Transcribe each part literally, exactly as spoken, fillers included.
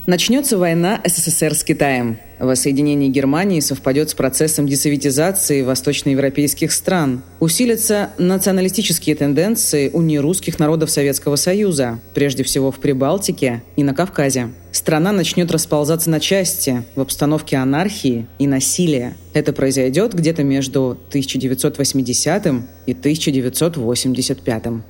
Начнется война СССР с Китаем. Воссоединение Германии совпадет с процессом десоветизации восточноевропейских стран. Усилятся националистические тенденции у нерусских народов Советского Союза, прежде всего в Прибалтике и на Кавказе. Страна начнет расползаться на части в обстановке анархии и насилия. Это произойдет где-то между тысяча девятьсот восьмидесятым и тысяча девятьсот восемьдесят пятым.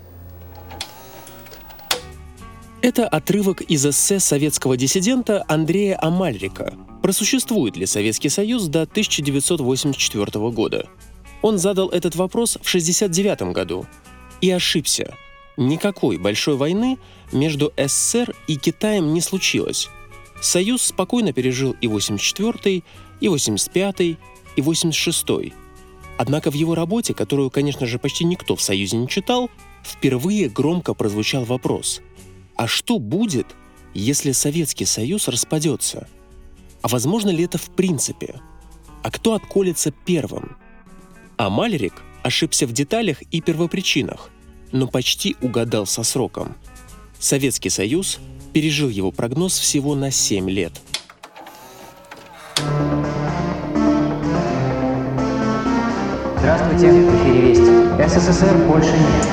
Это отрывок из эссе советского диссидента Андрея Амальрика «Просуществует ли Советский Союз до тысяча девятьсот восемьдесят четвёртого года?». Он задал этот вопрос в шестьдесят девятом году и ошибся. Никакой большой войны между СССР и Китаем не случилось. Союз спокойно пережил и восемьдесят четвёртый, и восемьдесят пятый, и восемьдесят шестой. Однако в его работе, которую, конечно же, почти никто в Союзе не читал, впервые громко прозвучал вопрос: а что будет, если Советский Союз распадется? А возможно ли это в принципе? А кто отколется первым? Амальрик ошибся в деталях и первопричинах, но почти угадал со сроком. Советский Союз пережил его прогноз всего на семь лет. Здравствуйте, в эфире Вести. СССР больше нет.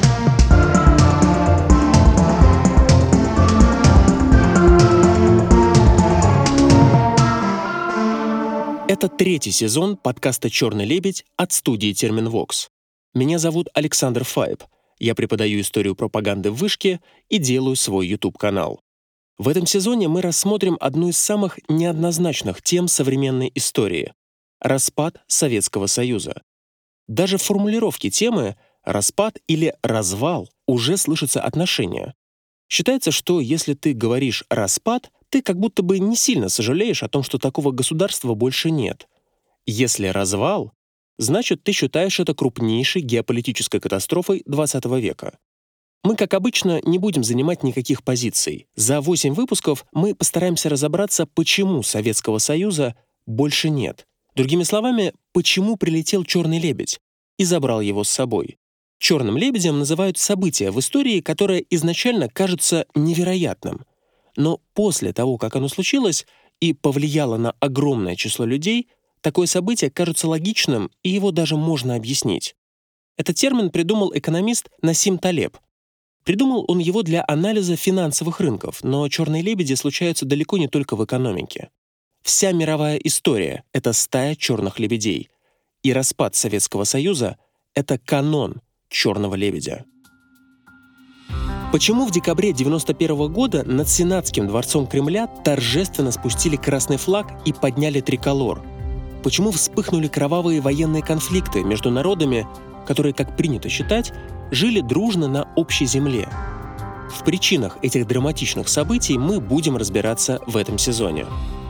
Это третий сезон подкаста «Черный лебедь» от студии Терминвокс. Меня зовут Александр Файб. Я преподаю историю пропаганды в Вышке и делаю свой YouTube-канал. В этом сезоне мы рассмотрим одну из самых неоднозначных тем современной истории — распад Советского Союза. Даже в формулировке темы «распад» или «развал» уже слышится отношение. Считается, что если ты говоришь «распад», ты как будто бы не сильно сожалеешь о том, что такого государства больше нет. Если развал, значит, ты считаешь это крупнейшей геополитической катастрофой двадцатого века. Мы, как обычно, не будем занимать никаких позиций. За восемь выпусков мы постараемся разобраться, почему Советского Союза больше нет. Другими словами, почему прилетел черный лебедь и забрал его с собой. Черным лебедем называют событие в истории, которое изначально кажется невероятным. Но после того, как оно случилось и повлияло на огромное число людей, такое событие кажется логичным, и его даже можно объяснить. Этот термин придумал экономист Насим Талеб. Придумал он его для анализа финансовых рынков, но черные лебеди случаются далеко не только в экономике. Вся мировая история — это стая черных лебедей. И распад Советского Союза — это канон черного лебедя. Почему в декабре девяносто первого года над Сенатским дворцом Кремля торжественно спустили красный флаг и подняли триколор? Почему вспыхнули кровавые военные конфликты между народами, которые, как принято считать, жили дружно на общей земле? В причинах этих драматичных событий мы будем разбираться в этом сезоне.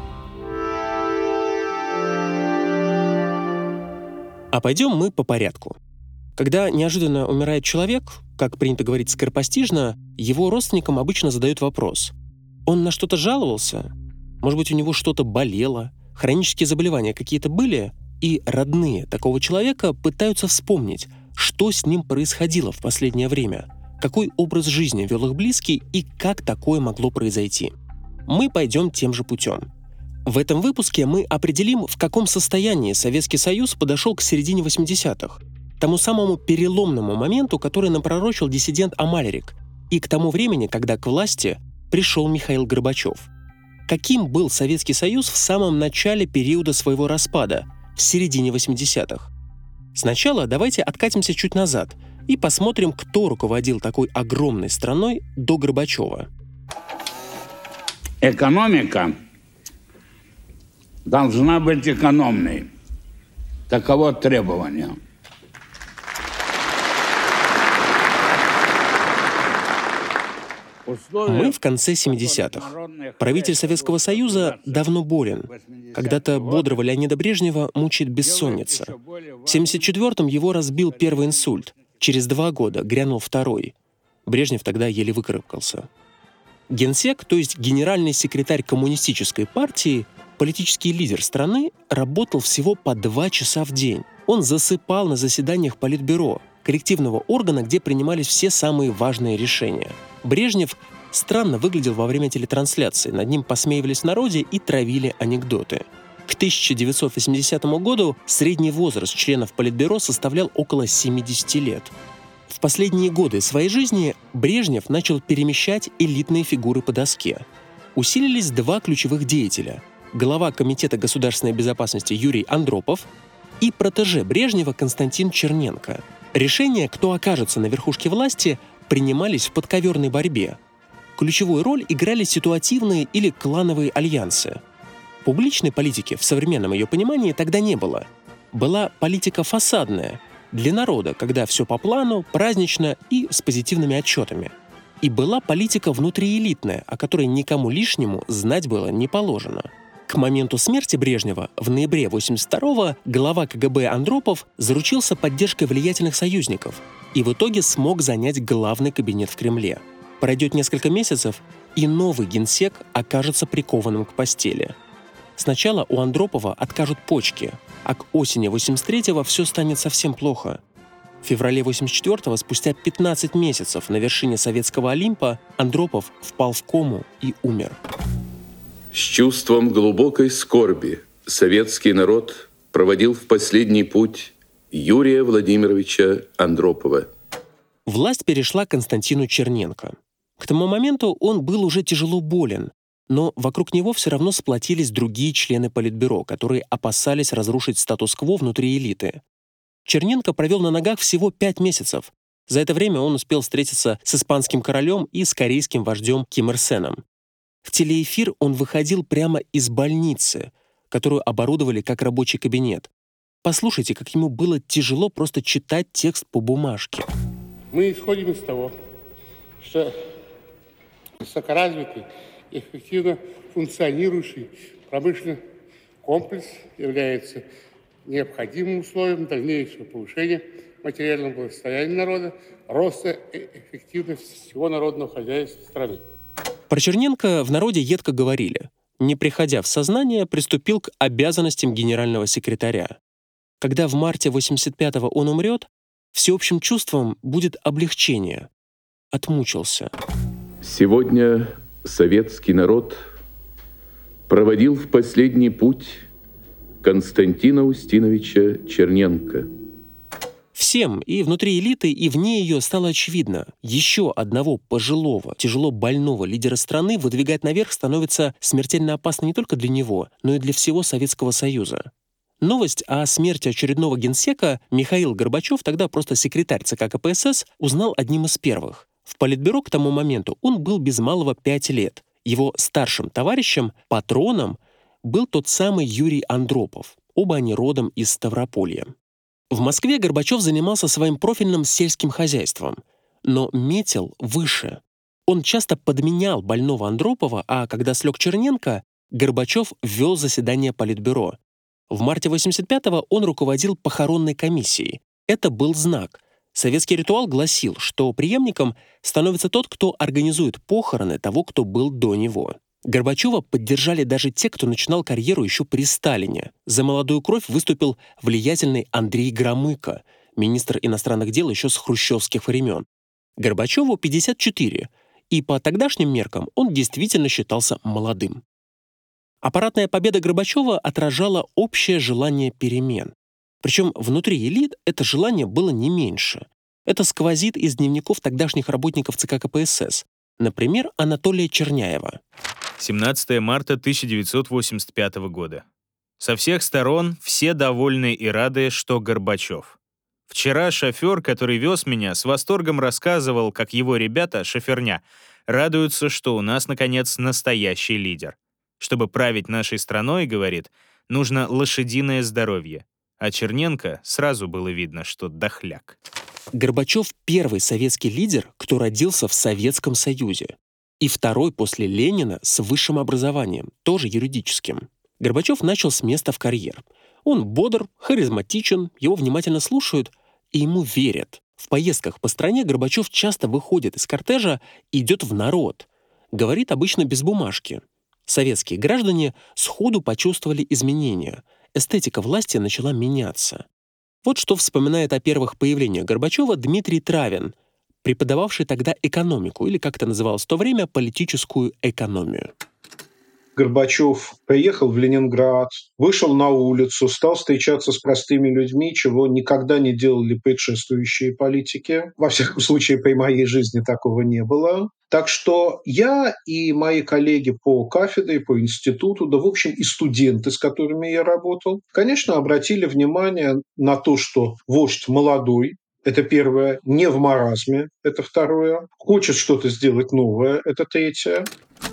А пойдем мы по порядку. Когда неожиданно умирает человек, как принято говорить скоропостижно, его родственникам обычно задают вопрос: он на что-то жаловался? Может быть, у него что-то болело? Хронические заболевания какие-то были? И родные такого человека пытаются вспомнить, что с ним происходило в последнее время, какой образ жизни вел их близкий и как такое могло произойти. Мы пойдем тем же путем. В этом выпуске мы определим, в каком состоянии Советский Союз подошел к середине восьмидесятых, тому самому переломному моменту, который напророчил диссидент Амальрик, и к тому времени, когда к власти пришел Михаил Горбачев. Каким был Советский Союз в самом начале периода своего распада, в середине восьмидесятых? Сначала давайте откатимся чуть назад и посмотрим, кто руководил такой огромной страной до Горбачева. Экономика должна быть экономной. Таково требование. Мы в конце семидесятых. Правитель Советского Союза давно болен. Когда-то бодрого Леонида Брежнева мучает бессонница. В семьдесят четвёртом его разбил первый инсульт. Через два года грянул второй. Брежнев тогда еле выкарабкался. Генсек, то есть генеральный секретарь коммунистической партии, политический лидер страны, работал всего по два часа в день. Он засыпал на заседаниях Политбюро, коллективного органа, где принимались все самые важные решения. Брежнев странно выглядел во время телетрансляции, над ним посмеивались в народе и травили анекдоты. К тысяча девятьсот восьмидесятому году средний возраст членов Политбюро составлял около семидесяти лет. В последние годы своей жизни Брежнев начал перемещать элитные фигуры по доске. Усилились два ключевых деятеля – глава Комитета государственной безопасности Юрий Андропов и протеже Брежнева Константин Черненко. Решения, кто окажется на верхушке власти, принимались в подковерной борьбе. Ключевую роль играли ситуативные или клановые альянсы. Публичной политики в современном ее понимании тогда не было. Была политика фасадная, для народа, когда все по плану, празднично и с позитивными отчетами. И была политика внутриэлитная, о которой никому лишнему знать было не положено. К моменту смерти Брежнева в ноябре восемьдесят второго глава ка гэ бэ Андропов заручился поддержкой влиятельных союзников и в итоге смог занять главный кабинет в Кремле. Пройдет несколько месяцев, и новый генсек окажется прикованным к постели. Сначала у Андропова откажут почки, а к осени восемьдесят третьего все станет совсем плохо. В феврале восемьдесят четвертого, спустя пятнадцать месяцев на вершине советского Олимпа, Андропов впал в кому и умер. С чувством глубокой скорби советский народ проводил в последний путь Юрия Владимировича Андропова. Власть перешла к Константину Черненко. К тому моменту он был уже тяжело болен, но вокруг него все равно сплотились другие члены Политбюро, которые опасались разрушить статус-кво внутри элиты. Черненко провел на ногах всего пять месяцев. За это время он успел встретиться с испанским королем и с корейским вождем Ким Ир Сеном. В телеэфир он выходил прямо из больницы, которую оборудовали как рабочий кабинет. Послушайте, как ему было тяжело просто читать текст по бумажке. Мы исходим из того, что высокоразвитый и эффективно функционирующий промышленный комплекс является необходимым условием дальнейшего повышения материального благосостояния народа, роста и эффективности всего народного хозяйства страны. Про Черненко в народе едко говорили. Не приходя в сознание, приступил к обязанностям генерального секретаря. Когда в марте восемьдесят пятого он умрет, всеобщим чувством будет облегчение. Отмучился. Сегодня советский народ проводил в последний путь Константина Устиновича Черненко. Всем, и внутри элиты, и вне ее, стало очевидно, еще одного пожилого, тяжело больного лидера страны выдвигать наверх становится смертельно опасно не только для него, но и для всего Советского Союза. Новость о смерти очередного генсека Михаил Горбачев, тогда просто секретарь цэ ка ка пэ эс эс, узнал одним из первых. В Политбюро к тому моменту он был без малого пять лет. Его старшим товарищем, патроном, был тот самый Юрий Андропов. Оба они родом из Ставрополья. В Москве Горбачев занимался своим профильным сельским хозяйством, но метил выше. Он часто подменял больного Андропова, а когда слег Черненко, Горбачев вел заседание Политбюро. В марте восемьдесят пятого он руководил похоронной комиссией. Это был знак. Советский ритуал гласил, что преемником становится тот, кто организует похороны того, кто был до него. Горбачева поддержали даже те, кто начинал карьеру еще при Сталине. За молодую кровь выступил влиятельный Андрей Громыко, министр иностранных дел еще с хрущевских времен. Горбачеву пятьдесят четыре, и по тогдашним меркам он действительно считался молодым. Аппаратная победа Горбачева отражала общее желание перемен. Причем внутри элит это желание было не меньше. Это сквозит из дневников тогдашних работников цэ ка ка пэ эс эс, например, Анатолия Черняева. семнадцатого марта тысяча девятьсот восемьдесят пятого года. Со всех сторон все довольны и рады, что Горбачев. Вчера шофер, который вез меня, с восторгом рассказывал, как его ребята, шоферня, радуются, что у нас, наконец, настоящий лидер. Чтобы править нашей страной, говорит, нужно лошадиное здоровье. А Черненко сразу было видно, что дохляк. Горбачев — первый советский лидер, кто родился в Советском Союзе. И второй после Ленина с высшим образованием, тоже юридическим. Горбачев начал с места в карьер. Он бодр, харизматичен, его внимательно слушают и ему верят. В поездках по стране Горбачев часто выходит из кортежа и идет в народ. Говорит обычно без бумажки. Советские граждане сходу почувствовали изменения. Эстетика власти начала меняться. Вот что вспоминает о первых появлениях Горбачева Дмитрий Травин. преподававший тогда экономику, или, как это называлось в то время, политическую экономию. Горбачев приехал в Ленинград, вышел на улицу, стал встречаться с простыми людьми, чего никогда не делали предшествующие политики. Во всяком случае, при моей жизни такого не было. Так что я и мои коллеги по кафедре, по институту, да, в общем, и студенты, с которыми я работал, конечно, обратили внимание на то, что вождь молодой, это первое, не в маразме, это второе, хочет что-то сделать новое, это третье.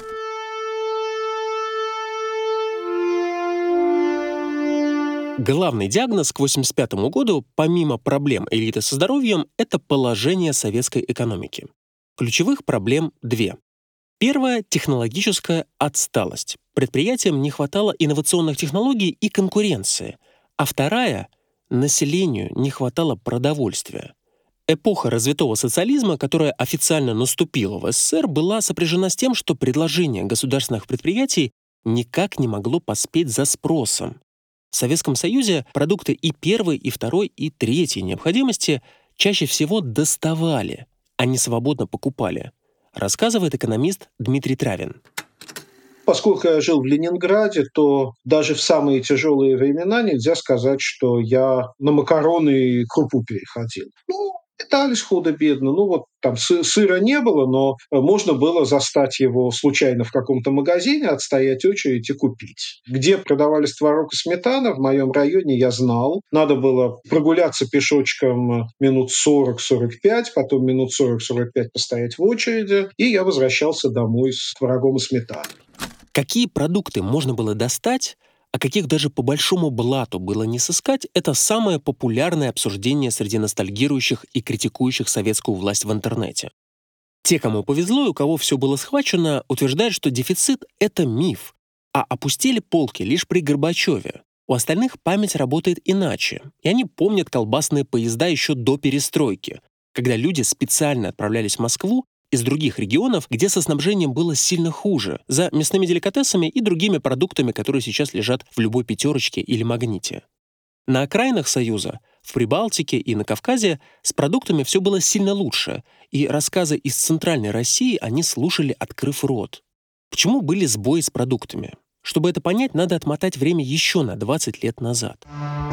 Главный диагноз к восемьдесят пятому году, помимо проблем элиты со здоровьем, это положение советской экономики. Ключевых проблем две. Первая – технологическая отсталость. Предприятиям не хватало инновационных технологий и конкуренции. А вторая – населению не хватало продовольствия. Эпоха развитого социализма, которая официально наступила в СССР, была сопряжена с тем, что предложение государственных предприятий никак не могло поспеть за спросом. В Советском Союзе продукты и первой, и второй, и третьей необходимости чаще всего доставали, а не свободно покупали, рассказывает экономист Дмитрий Травин. Поскольку я жил в Ленинграде, то даже в самые тяжелые времена нельзя сказать, что я на макароны и крупу переходил. Ну, питались худо-бедно. Ну, вот там сы- сыра не было, но можно было застать его случайно в каком-то магазине, отстоять очередь и купить. Где продавались творог и сметана, в моем районе я знал. Надо было прогуляться пешочком минут сорок-сорок пять, потом минут сорок-сорок пять постоять в очереди, и я возвращался домой с творогом и сметаной. Какие продукты можно было достать, а каких даже по большому блату было не сыскать, это самое популярное обсуждение среди ностальгирующих и критикующих советскую власть в интернете. Те, кому повезло и у кого все было схвачено, утверждают, что дефицит — это миф, а опустили полки лишь при Горбачеве. У остальных память работает иначе, и они помнят колбасные поезда еще до перестройки, когда люди специально отправлялись в Москву из других регионов, где со снабжением было сильно хуже, за мясными деликатесами и другими продуктами, которые сейчас лежат в любой пятерочке или магните. На окраинах Союза, в Прибалтике и на Кавказе с продуктами все было сильно лучше, и рассказы из Центральной России они слушали, открыв рот. Почему были сбои с продуктами? Чтобы это понять, надо отмотать время еще на двадцать лет назад.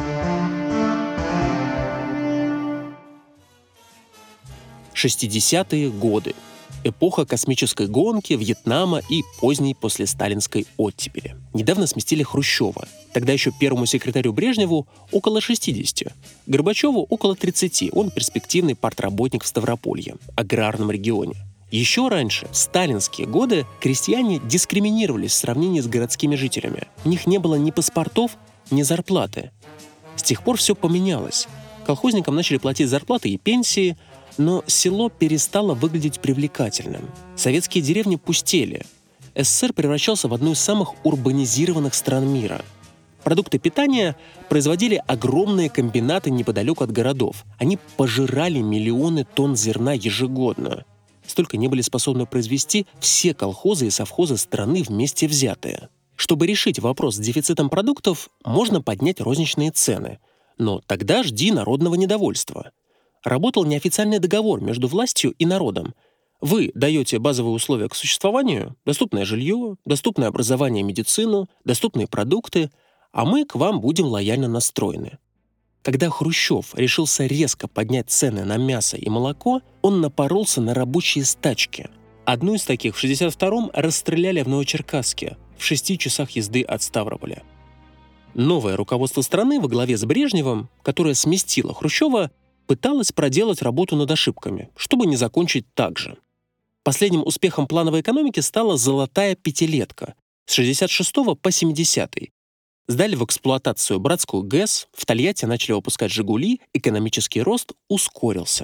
шестидесятые годы. Эпоха космической гонки, Вьетнама и поздней послесталинской оттепели. Недавно сместили Хрущева. Тогда еще первому секретарю Брежневу около шестидесяти. Горбачеву около тридцати. Он перспективный партработник в Ставрополье, аграрном регионе. Еще раньше, в сталинские годы, крестьяне дискриминировались в сравнении с городскими жителями. У них не было ни паспортов, ни зарплаты. С тех пор все поменялось. Колхозникам начали платить зарплаты и пенсии, но село перестало выглядеть привлекательным. Советские деревни пустели. СССР превращался в одну из самых урбанизированных стран мира. Продукты питания производили огромные комбинаты неподалеку от городов. Они пожирали миллионы тонн зерна ежегодно. Столько не были способны произвести все колхозы и совхозы страны вместе взятые. Чтобы решить вопрос с дефицитом продуктов, можно поднять розничные цены. Но тогда жди народного недовольства. Работал неофициальный договор между властью и народом. Вы даете базовые условия к существованию, доступное жилье, доступное образование и медицину, доступные продукты, а мы к вам будем лояльно настроены. Когда Хрущев решился резко поднять цены на мясо и молоко, он напоролся на рабочие стачки. Одну из таких в шестьдесят втором расстреляли в Новочеркасске, в шести часах езды от Ставрополя. Новое руководство страны во главе с Брежневым, которое сместило Хрущева, пыталась проделать работу над ошибками, чтобы не закончить так же. Последним успехом плановой экономики стала «золотая пятилетка» с шестьдесят шестого по семидесятый. Сдали в эксплуатацию Братскую ГЭС, в Тольятти начали выпускать «Жигули», экономический рост ускорился.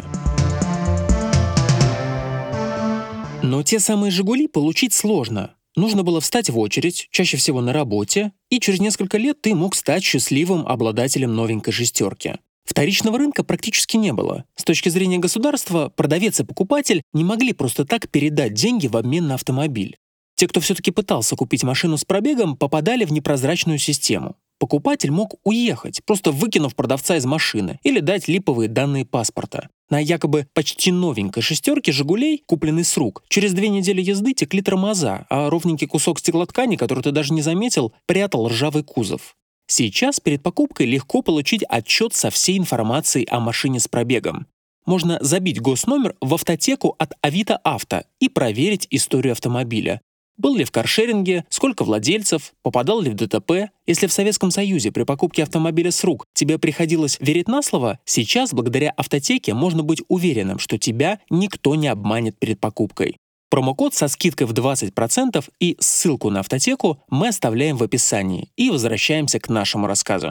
Но те самые «Жигули» получить сложно. Нужно было встать в очередь, чаще всего на работе, и через несколько лет ты мог стать счастливым обладателем новенькой шестерки. Вторичного рынка практически не было. С точки зрения государства, продавец и покупатель не могли просто так передать деньги в обмен на автомобиль. Те, кто все-таки пытался купить машину с пробегом, попадали в непрозрачную систему. Покупатель мог уехать, просто выкинув продавца из машины или дать липовые данные паспорта. На якобы почти новенькой шестерке «Жигулей», купленной с рук, через две недели езды текли тормоза, а ровненький кусок стеклоткани, который ты даже не заметил, прятал ржавый кузов. Сейчас перед покупкой легко получить отчет со всей информацией о машине с пробегом. Можно забить госномер в автотеку от Авито Авто и проверить историю автомобиля. Был ли в каршеринге, сколько владельцев, попадал ли в ДТП. Если в Советском Союзе при покупке автомобиля с рук тебе приходилось верить на слово, сейчас, благодаря автотеке, можно быть уверенным, что тебя никто не обманет перед покупкой. Промокод со скидкой в двадцать процентов и ссылку на автотеку мы оставляем в описании и возвращаемся к нашему рассказу.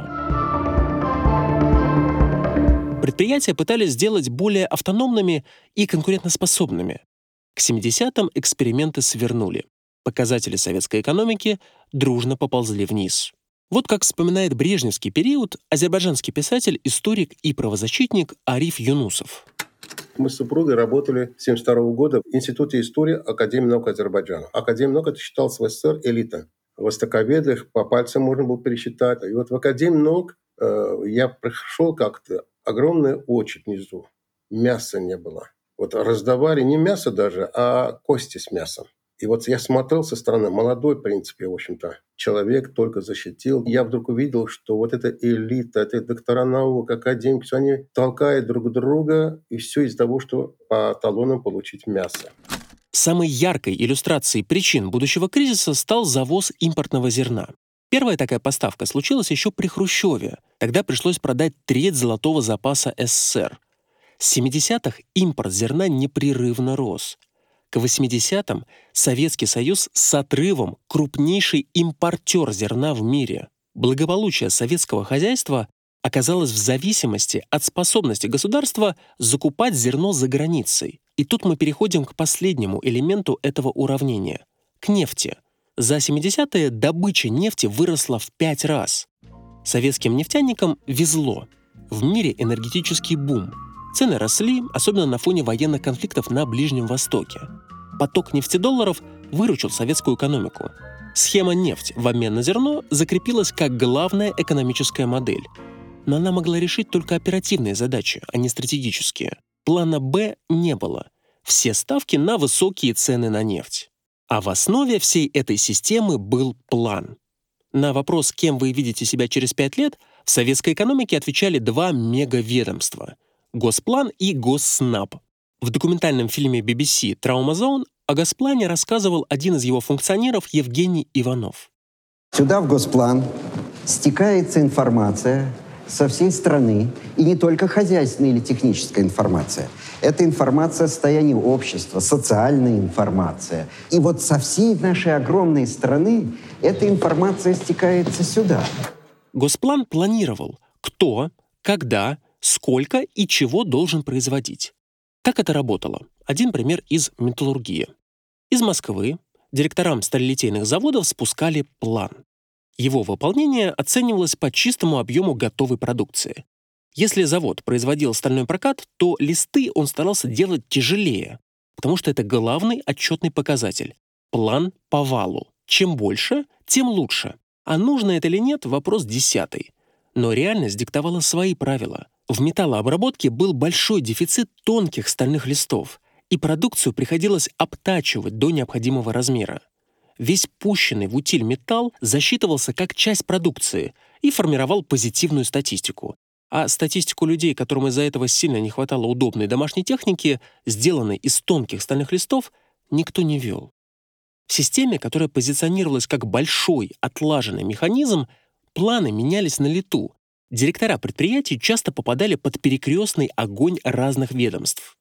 Предприятия пытались сделать более автономными и конкурентоспособными. К семидесятым эксперименты свернули. Показатели советской экономики дружно поползли вниз. Вот как вспоминает брежневский период азербайджанский писатель, историк и правозащитник Ариф Юнусов. Мы с супругой работали с семьдесят второго года в Институте истории Академии наук Азербайджана. Академия наук это считалась в СССР элита. Востоковедов по пальцам можно было пересчитать. И вот в Академии наук э, я пришел как-то, огромная очередь внизу. Мяса не было. Вот раздавали не мясо даже, а кости с мясом. И вот я смотрел со стороны, молодой, в принципе, в общем-то, человек только защитил. Я вдруг увидел, что вот эта элита, это доктора наук, академики, все они толкают друг друга, и все из-за того, что по талонам получить мясо. Самой яркой иллюстрацией причин будущего кризиса стал завоз импортного зерна. Первая такая поставка случилась еще при Хрущеве. Тогда пришлось продать треть золотого запаса СССР. С семидесятых импорт зерна непрерывно рос. К восьмидесятым Советский Союз с отрывом крупнейший импортер зерна в мире. Благополучие советского хозяйства оказалось в зависимости от способности государства закупать зерно за границей. И тут мы переходим к последнему элементу этого уравнения — к нефти. За семидесятые добыча нефти выросла в пять раз. Советским нефтяникам везло. В мире энергетический бум. Цены росли, особенно на фоне военных конфликтов на Ближнем Востоке. Поток нефтедолларов выручил советскую экономику. Схема «нефть в обмен на зерно» закрепилась как главная экономическая модель. Но она могла решить только оперативные задачи, а не стратегические. Плана «Б» не было. Все ставки на высокие цены на нефть. А в основе всей этой системы был план. На вопрос, кем вы видите себя через пять лет, в советской экономике отвечали два мегаведомства — Госплан и Госснаб. В документальном фильме би би си «Trauma Zone» о Госплане рассказывал один из его функционеров Евгений Иванов. Сюда, в Госплан, стекается информация со всей страны, и не только хозяйственная или техническая информация. Это информация о состоянии общества, социальная информация. И вот со всей нашей огромной страны эта информация стекается сюда. Госплан планировал, кто, когда, сколько и чего должен производить. Как это работало? Один пример из металлургии. Из Москвы директорам сталелитейных заводов спускали план. Его выполнение оценивалось по чистому объему готовой продукции. Если завод производил стальной прокат, то листы он старался делать тяжелее, потому что это главный отчетный показатель. План по валу. Чем больше, тем лучше. А нужно это или нет — вопрос десятый. Но реальность диктовала свои правила. В металлообработке был большой дефицит тонких стальных листов, и продукцию приходилось обтачивать до необходимого размера. Весь пущенный в утиль металл засчитывался как часть продукции и формировал позитивную статистику. А статистику людей, которым из-за этого сильно не хватало удобной домашней техники, сделанной из тонких стальных листов, никто не вел. В системе, которая позиционировалась как большой отлаженный механизм, планы менялись на лету. Директора предприятий часто попадали под перекрестный огонь разных ведомств.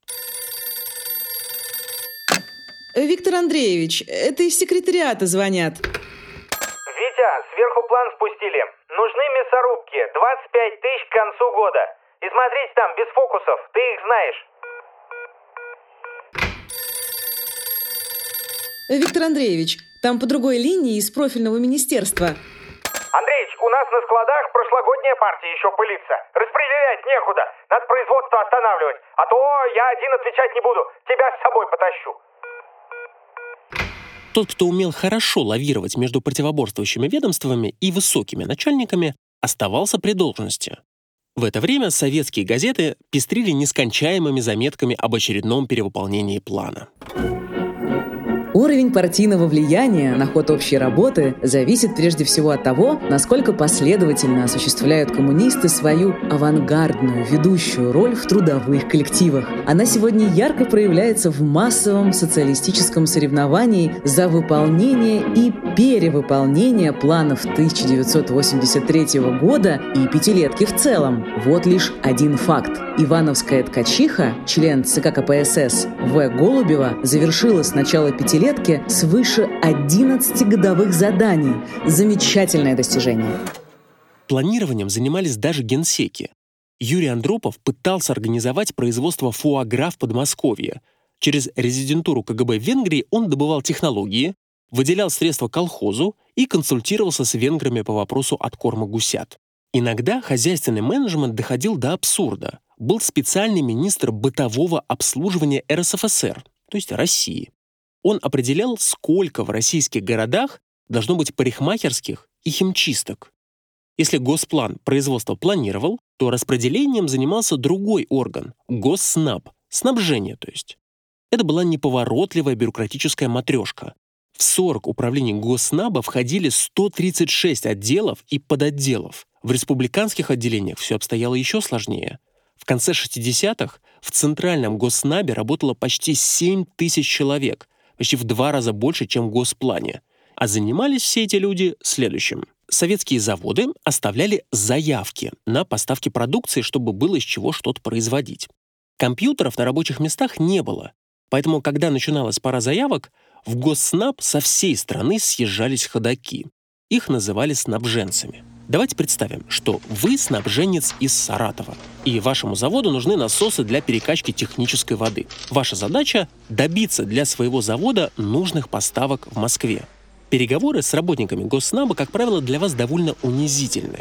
Виктор Андреевич, это из секретариата звонят. Витя, сверху план спустили. Нужны мясорубки. двадцать пять тысяч к концу года. И смотрите там, без фокусов. Ты их знаешь. Виктор Андреевич, там по другой линии из профильного министерства. Андреич, у нас на складах прошлогодняя партия еще пылится. Распределять некуда. Надо производство останавливать. А то я один отвечать не буду. Тебя с собой потащу. Тот, кто умел хорошо лавировать между противоборствующими ведомствами и высокими начальниками, оставался при должности. В это время советские газеты пестрили нескончаемыми заметками об очередном перевыполнении плана. Уровень партийного влияния на ход общей работы зависит прежде всего от того, насколько последовательно осуществляют коммунисты свою авангардную ведущую роль в трудовых коллективах. Она сегодня ярко проявляется в массовом социалистическом соревновании за выполнение и перевыполнение планов тысяча девятьсот восемьдесят третьего года и пятилетки в целом. Вот лишь один факт. Ивановская ткачиха, член ЦК КПСС В. Голубева, завершила с начала пятилетки свыше одиннадцати годовых заданий. Замечательное достижение. Планированием занимались даже генсеки. Юрий Андропов пытался организовать производство фуагра в Подмосковье. Через резидентуру КГБ в Венгрии он добывал технологии, выделял средства колхозу и консультировался с венграми по вопросу откорма гусят. Иногда хозяйственный менеджмент доходил до абсурда. Был специальный министр бытового обслуживания эр эс эф эс эр, то есть России. Он определял, сколько в российских городах должно быть парикмахерских и химчисток. Если Госплан производство планировал, то распределением занимался другой орган — Госснаб, снабжение, то есть. Это была неповоротливая бюрократическая матрешка. В сорок управлений Госснаба входили сто тридцать шесть отделов и подотделов. В республиканских отделениях все обстояло еще сложнее. В конце шестидесятых в Центральном Госснабе работало почти семь тысяч человек, почти в два раза больше, чем в Госплане. А занимались все эти люди следующим. Советские заводы оставляли заявки на поставки продукции, чтобы было из чего что-то производить. Компьютеров на рабочих местах не было, поэтому, когда начиналась пора заявок, в Госснаб со всей страны съезжались ходаки. Их называли снабженцами. Давайте представим, что вы снабженец из Саратова, и вашему заводу нужны насосы для перекачки технической воды. Ваша задача — добиться для своего завода нужных поставок в Москве. Переговоры с работниками Госснаба, как правило, для вас довольно унизительны.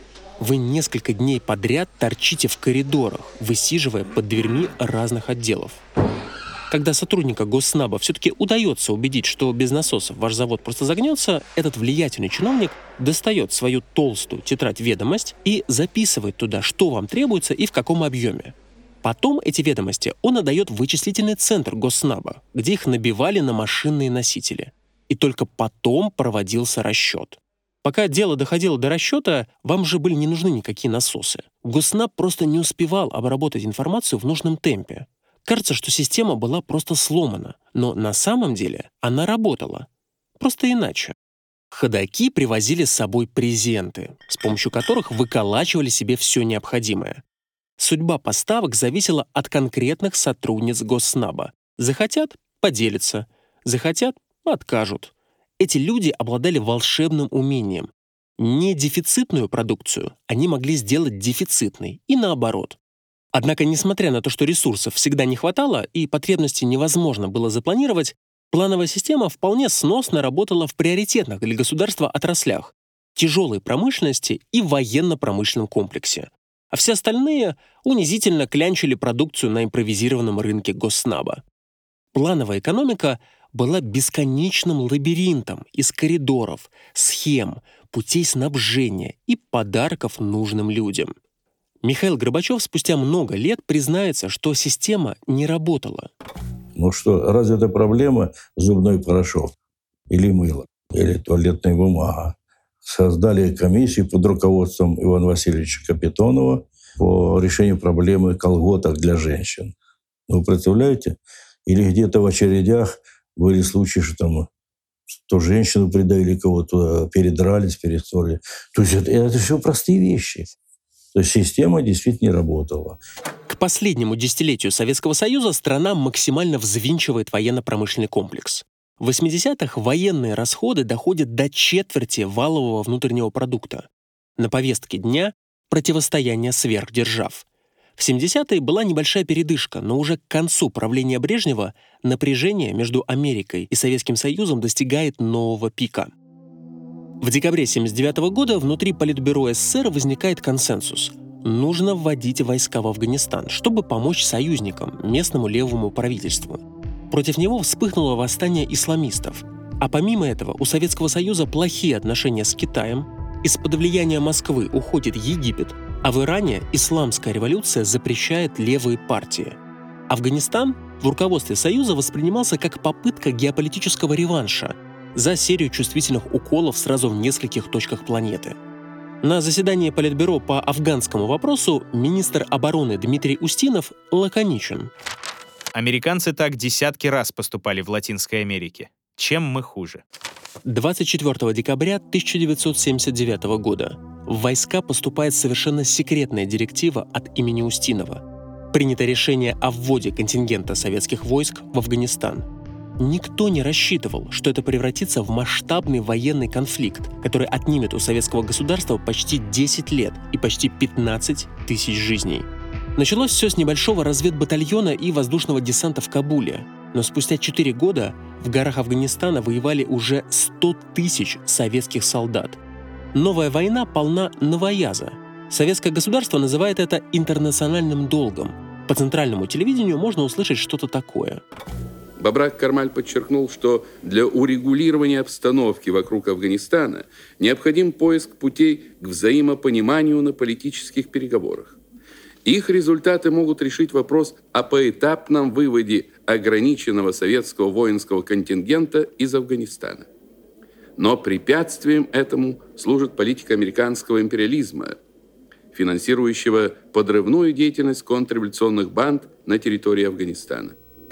Вы несколько дней подряд торчите в коридорах, высиживая под дверьми разных отделов. Когда сотрудника Госснаба все-таки удается убедить, что без насосов ваш завод просто загнется, этот влиятельный чиновник достает свою толстую тетрадь-ведомость и записывает туда, что вам требуется и в каком объеме. Потом эти ведомости он отдает в вычислительный центр Госснаба, где их набивали на машинные носители. И только потом проводился расчет. Пока дело доходило до расчета, вам же были не нужны никакие насосы. Госнаб просто не успевал обработать информацию в нужном темпе. Кажется, что система была просто сломана, но на самом деле она работала. Просто иначе. Ходаки привозили с собой презенты, с помощью которых выколачивали себе все необходимое. Судьба поставок зависела от конкретных сотрудниц Госснаба. Захотят — поделятся, захотят — откажут. Эти люди обладали волшебным умением. Недефицитную продукцию они могли сделать дефицитной, и наоборот. Однако, несмотря на то, что ресурсов всегда не хватало и потребности невозможно было запланировать, плановая система вполне сносно работала в приоритетных для государства отраслях — тяжелой промышленности и военно-промышленном комплексе. А все остальные унизительно клянчили продукцию на импровизированном рынке Госснаба. Плановая экономика была бесконечным лабиринтом из коридоров, схем, путей снабжения и подарков нужным людям. Михаил Горбачев спустя много лет признается, что система не работала. Ну что, разве это проблема зубной порошок? Или мыло? Или туалетная бумага? Создали комиссию под руководством Ивана Васильевича Капитонова по решению проблемы колготок для женщин. Ну, представляете? Или где-то в очередях были случаи, что там то женщину придавили, кого-то передрались, пересорили. То есть это, это все простые вещи. То есть система действительно не работала. К последнему десятилетию Советского Союза страна максимально взвинчивает военно-промышленный комплекс. В восьмидесятых военные расходы доходят до четверти валового внутреннего продукта. На повестке дня — противостояние сверхдержав. В семидесятые была небольшая передышка, но уже к концу правления Брежнева напряжение между Америкой и Советским Союзом достигает нового пика. В декабре семьдесят девятого года внутри Политбюро СССР возникает консенсус. Нужно вводить войска в Афганистан, чтобы помочь союзникам, местному левому правительству. Против него вспыхнуло восстание исламистов. А помимо этого, у Советского Союза плохие отношения с Китаем, из-под влияния Москвы уходит Египет, а в Иране исламская революция запрещает левые партии. Афганистан в руководстве Союза воспринимался как попытка геополитического реванша за серию чувствительных уколов сразу в нескольких точках планеты. На заседании Политбюро по афганскому вопросу министр обороны Дмитрий Устинов лаконичен. Американцы так десятки раз поступали в Латинской Америке. Чем мы хуже? двадцать четвёртого декабря тысяча девятьсот семьдесят девятого года в войска поступает совершенно секретная директива от имени Устинова. Принято решение о вводе контингента советских войск в Афганистан. Никто не рассчитывал, что это превратится в масштабный военный конфликт, который отнимет у советского государства почти десять лет и почти пятнадцать тысяч жизней. Началось все с небольшого разведбатальона и воздушного десанта в Кабуле, но спустя четыре года в горах Афганистана воевали уже сто тысяч советских солдат. Новая война полна новояза. Советское государство называет это интернациональным долгом. По центральному телевидению можно услышать что-то такое. Бабрак Кармаль подчеркнул, что для урегулирования обстановки вокруг Афганистана необходим поиск путей к взаимопониманию на политических переговорах. Их результаты могут решить вопрос о поэтапном выводе ограниченного советского воинского контингента из Афганистана. Но препятствием этому служит политика американского империализма, финансирующего подрывную деятельность контрреволюционных банд на территории Афганистана.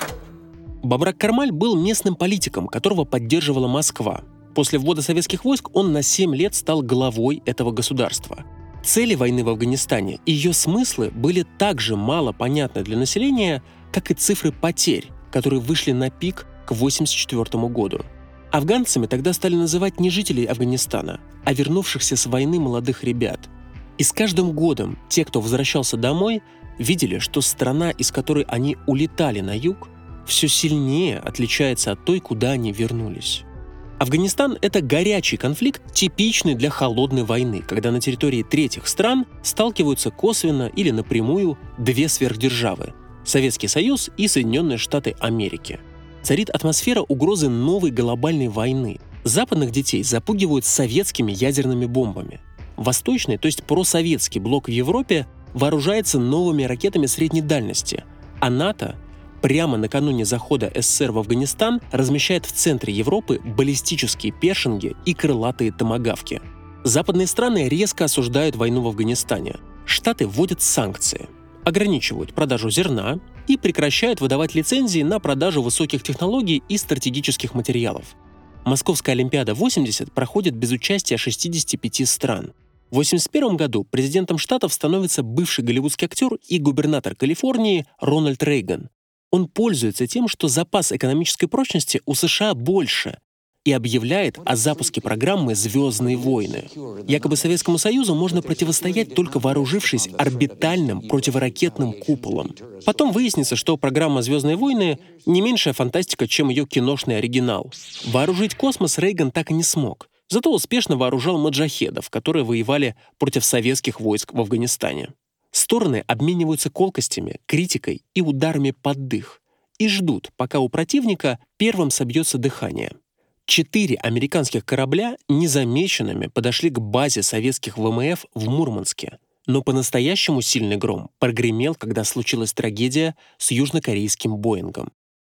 Бабрак Кармаль был местным политиком, которого поддерживала Москва. После ввода советских войск он на семь лет стал главой этого государства. Цели войны в Афганистане и ее смыслы были так же мало понятны для населения, как и цифры потерь, которые вышли на пик к восемьдесят четвёртому году. Афганцами тогда стали называть не жителей Афганистана, а вернувшихся с войны молодых ребят. И с каждым годом те, кто возвращался домой, видели, что страна, из которой они улетали на юг, все сильнее отличается от той, куда они вернулись. Афганистан — это горячий конфликт, типичный для холодной войны, когда на территории третьих стран сталкиваются косвенно или напрямую две сверхдержавы — Советский Союз и Соединенные Штаты Америки. Царит атмосфера угрозы новой глобальной войны. Западных детей запугивают советскими ядерными бомбами. Восточный, то есть просоветский блок в Европе вооружается новыми ракетами средней дальности, а НАТО прямо накануне захода СССР в Афганистан размещает в центре Европы баллистические першинги и крылатые томагавки. Западные страны резко осуждают войну в Афганистане. Штаты вводят санкции, ограничивают продажу зерна и прекращают выдавать лицензии на продажу высоких технологий и стратегических материалов. Московская Олимпиада восемьдесят проходит без участия шестидесяти пяти стран. В восемьдесят первом году президентом Штатов становится бывший голливудский актер и губернатор Калифорнии Рональд Рейган. Он пользуется тем, что запас экономической прочности у США больше, и объявляет о запуске программы «Звездные войны». Якобы Советскому Союзу можно противостоять, только вооружившись орбитальным противоракетным куполом. Потом выяснится, что программа «Звездные войны» не меньшая фантастика, чем ее киношный оригинал. Вооружить космос Рейган так и не смог. Зато успешно вооружал маджахедов, которые воевали против советских войск в Афганистане. Стороны обмениваются колкостями, критикой и ударами под дых и ждут, пока у противника первым собьется дыхание. Четыре американских корабля незамеченными подошли к базе советских ВМФ в Мурманске. Но по-настоящему сильный гром прогремел, когда случилась трагедия с южнокорейским Боингом.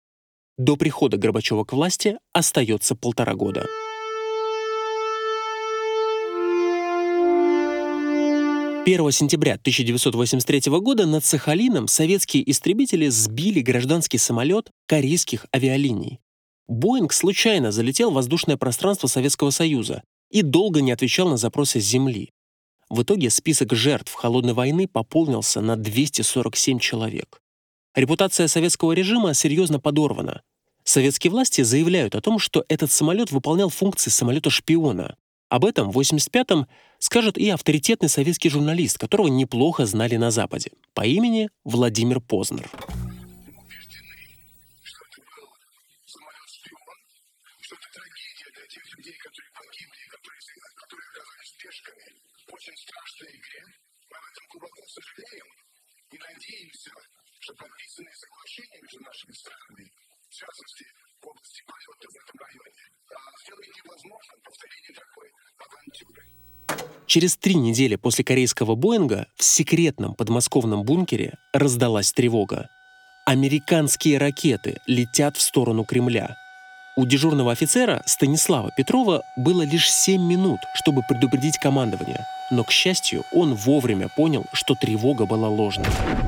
До прихода Горбачева к власти остается полтора года. первого сентября тысяча девятьсот восемьдесят третьего года над Сахалином советские истребители сбили гражданский самолет корейских авиалиний. Боинг случайно залетел в воздушное пространство Советского Союза и долго не отвечал на запросы с Земли. В итоге список жертв холодной войны пополнился на двести сорок семь человек. Репутация советского режима серьезно подорвана. Советские власти заявляют о том, что этот самолет выполнял функции самолета-шпиона. Об этом в восемьдесят пятом скажет и авторитетный советский журналист, которого неплохо знали на Западе, по имени Владимир Познер. Что подписанные соглашения между нашими странами, в частности, в области полета в этом районе, Через три недели после корейского «Боинга» в секретном подмосковном бункере раздалась тревога. Американские ракеты летят в сторону Кремля. У дежурного офицера Станислава Петрова было лишь семь минут, чтобы предупредить командование. Но, к счастью, он вовремя понял, что тревога была ложной.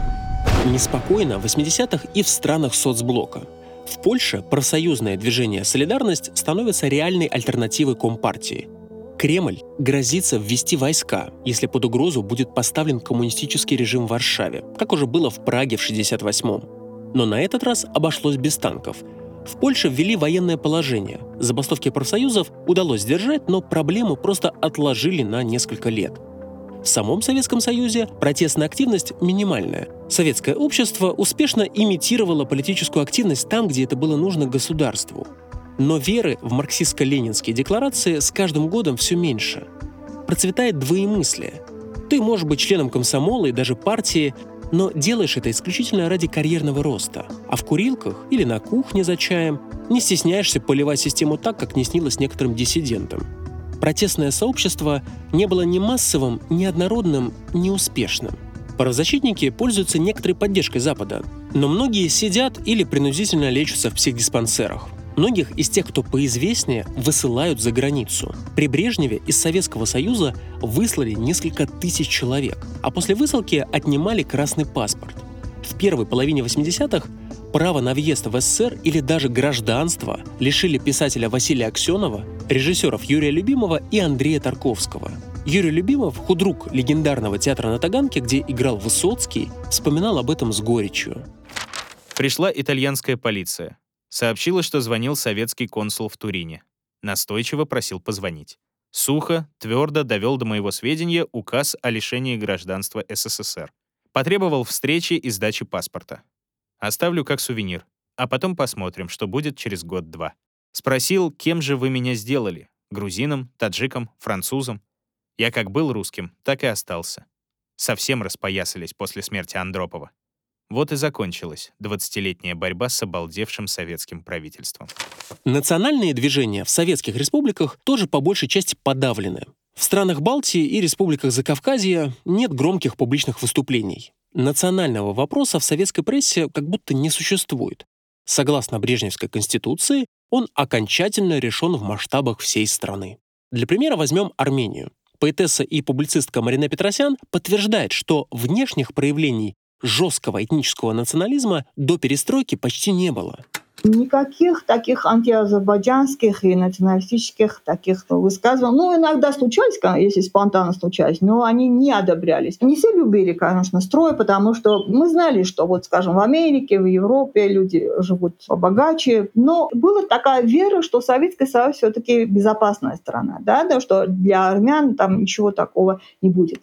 Неспокойно в восьмидесятых и в странах соцблока. В Польше профсоюзное движение «Солидарность» становится реальной альтернативой Компартии. Кремль грозится ввести войска, если под угрозу будет поставлен коммунистический режим в Варшаве, как уже было в Праге в шестьдесят восьмом. Но на этот раз обошлось без танков. В Польше ввели военное положение. Забастовки профсоюзов удалось сдержать, но проблему просто отложили на несколько лет. В самом Советском Союзе протестная активность минимальная. Советское общество успешно имитировало политическую активность там, где это было нужно государству. Но веры в марксистско-ленинские декларации с каждым годом все меньше. Процветает двоемыслие. Ты можешь быть членом комсомола и даже партии, но делаешь это исключительно ради карьерного роста. А в курилках или на кухне за чаем не стесняешься поливать систему так, как не снилось некоторым диссидентам. Протестное сообщество не было ни массовым, ни однородным, ни успешным. Правозащитники пользуются некоторой поддержкой Запада, но многие сидят или принудительно лечатся в психдиспансерах. Многих из тех, кто поизвестнее, высылают за границу. При Брежневе из Советского Союза выслали несколько тысяч человек, а после высылки отнимали красный паспорт. В первой половине восьмидесятых право на въезд в СССР или даже гражданство лишили писателя Василия Аксенова, режиссеров Юрия Любимова и Андрея Тарковского. Юрий Любимов, худрук легендарного театра на Таганке, где играл Высоцкий, вспоминал об этом с горечью. Пришла итальянская полиция. Сообщила, что звонил советский консул в Турине. Настойчиво просил позвонить. Сухо, твердо довел до моего сведения указ о лишении гражданства СССР. Потребовал встречи и сдачи паспорта. Оставлю как сувенир, а потом посмотрим, что будет через год-два. Спросил, кем же вы меня сделали? Грузином, таджиком, французом? Я как был русским, так и остался. Совсем распоясались после смерти Андропова. Вот и закончилась двадцатилетняя борьба с обалдевшим советским правительством. Национальные движения в советских республиках тоже по большей части подавлены. В странах Балтии и республиках Закавказья нет громких публичных выступлений. Национального вопроса в советской прессе как будто не существует. Согласно Брежневской конституции, он окончательно решен в масштабах всей страны. Для примера возьмем Армению. Поэтесса и публицистка Марина Петросян подтверждает, что внешних проявлений жесткого этнического национализма до перестройки почти не было. Никаких таких антиазербайджанских и националистических таких высказываний. Ну, иногда случались, если спонтанно случались, но они не одобрялись. Не все любили, конечно, строй, потому что мы знали, что, вот, скажем, в Америке, в Европе люди живут побогаче. Но была такая вера, что Советский Союз все-таки безопасная страна, да, да, что для армян там ничего такого не будет.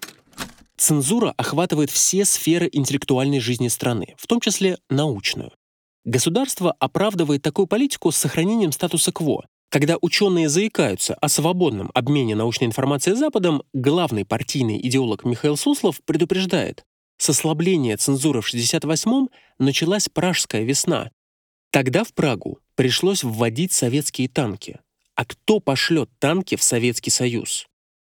Цензура охватывает все сферы интеллектуальной жизни страны, в том числе научную. Государство оправдывает такую политику с сохранением статуса кво. Когда ученые заикаются о свободном обмене научной информацией с Западом, главный партийный идеолог Михаил Суслов предупреждает: с ослабления цензуры в шестьдесят восьмом началась Пражская весна. Тогда в Прагу пришлось вводить советские танки. А кто пошлет танки в Советский Союз?